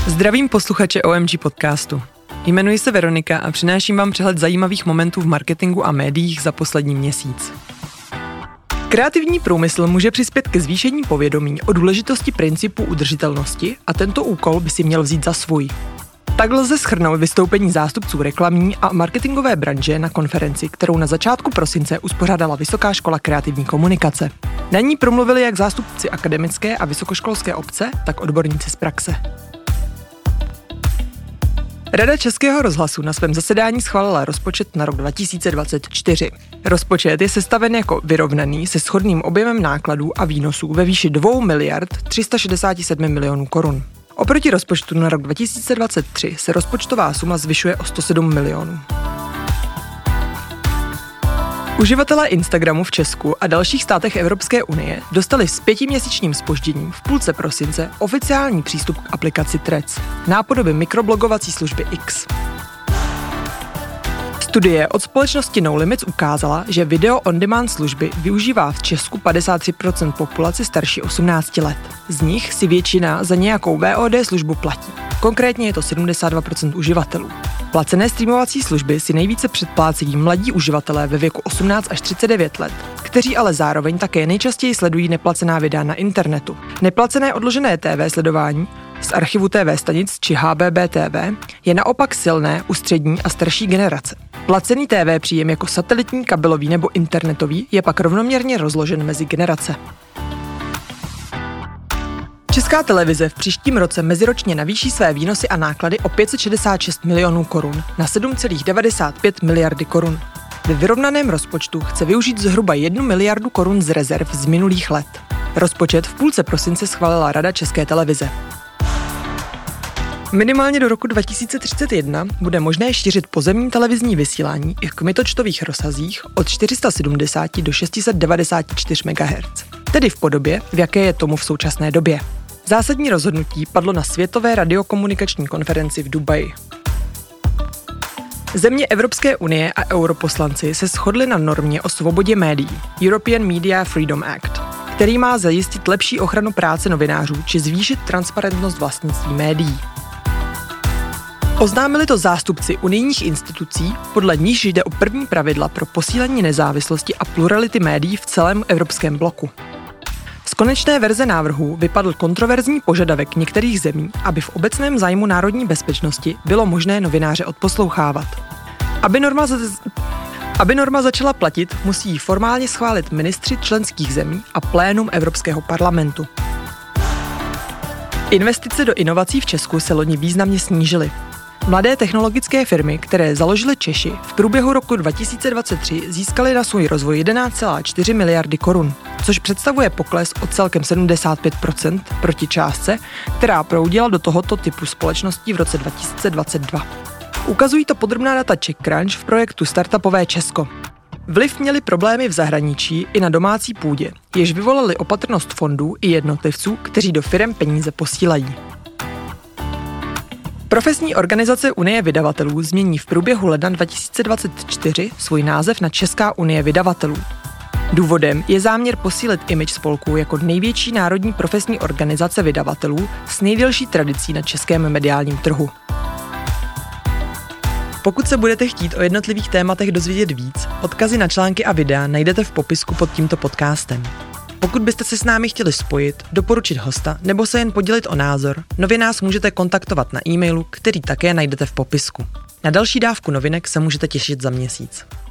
Zdravím posluchače OMG podcastu. Jmenuji se Veronika a přináším vám přehled zajímavých momentů v marketingu a médiích za poslední měsíc. Kreativní průmysl může přispět ke zvýšení povědomí o důležitosti principu udržitelnosti a tento úkol by si měl vzít za svůj. Tak lze shrnout vystoupení zástupců reklamní a marketingové branže na konferenci, kterou na začátku prosince uspořádala Vysoká škola kreativní komunikace. Na ní promluvili jak zástupci akademické a vysokoškolské obce, tak odborníci z praxe. Rada Českého rozhlasu na svém zasedání schválila rozpočet na rok 2024. Rozpočet je sestaven jako vyrovnaný se shodným objemem nákladů a výnosů ve výši 2 miliard 367 milionů korun. Oproti rozpočtu na rok 2023 se rozpočtová suma zvyšuje o 107 milionů. Uživatelé Instagramu v Česku a dalších státech Evropské unie dostali s 5měsíčním zpožděním v půlce prosince oficiální přístup k aplikaci Threads, nápodoby mikroblogovací služby X. Studie od společnosti No Limits ukázala, že video on demand služby využívá v Česku 53% populace starší 18 let. Z nich si většina za nějakou VOD službu platí. Konkrétně je to 72% uživatelů. Placené streamovací služby si nejvíce předplácejí mladí uživatelé ve věku 18 až 39 let, kteří ale zároveň také nejčastěji sledují neplacená videa na internetu. Neplacené odložené TV sledování z archivu TV stanic či HBB TV je naopak silné u střední a starší generace. Placený TV příjem jako satelitní, kabelový nebo internetový je pak rovnoměrně rozložen mezi generace. Česká televize v příštím roce meziročně navýší své výnosy a náklady o 566 milionů korun na 7,95 miliardy korun. Ve vyrovnaném rozpočtu chce využít zhruba 1 miliardu korun z rezerv z minulých let. Rozpočet v půlce prosince schválila Rada České televize. Minimálně do roku 2031 bude možné šířit pozemní televizní vysílání i v kmitočtových rozsazích od 470 do 694 MHz, tedy v podobě, v jaké je tomu v současné době. Zásadní rozhodnutí padlo na Světové radiokomunikační konferenci v Dubaji. Země Evropské unie a europoslanci se shodli na normě o svobodě médií, European Media Freedom Act, který má zajistit lepší ochranu práce novinářů či zvýšit transparentnost vlastnictví médií. Oznámili to zástupci unijních institucí, podle níž jde o první pravidla pro posílení nezávislosti a plurality médií v celém evropském bloku. Z konečné verze návrhu vypadl kontroverzní požadavek některých zemí, aby v obecném zájmu národní bezpečnosti bylo možné novináře odposlouchávat. Aby norma začala platit, musí ji formálně schválit ministři členských zemí a plénum Evropského parlamentu. Investice do inovací v Česku se loni významně snížily. Mladé technologické firmy, které založily Češi, v průběhu roku 2023 získaly na svůj rozvoj 11,4 miliardy korun, což představuje pokles o celkem 75% proti částce, která proudila do tohoto typu společností v roce 2022. Ukazují to podrobná data CzechCrunch v projektu Startupové Česko. Vliv měly problémy v zahraničí i na domácí půdě, jež vyvolaly opatrnost fondů i jednotlivců, kteří do firem peníze posílají. Profesní organizace Unie vydavatelů změní v průběhu ledna 2024 svůj název na Česká unie vydavatelů. Důvodem je záměr posílit image spolku jako největší národní profesní organizace vydavatelů s nejdelší tradicí na českém mediálním trhu. Pokud se budete chtít o jednotlivých tématech dozvědět víc, odkazy na články a videa najdete v popisku pod tímto podcastem. Pokud byste se s námi chtěli spojit, doporučit hosta nebo se jen podělit o názor, nově nás můžete kontaktovat na e-mailu, který také najdete v popisku. Na další dávku novinek se můžete těšit za měsíc.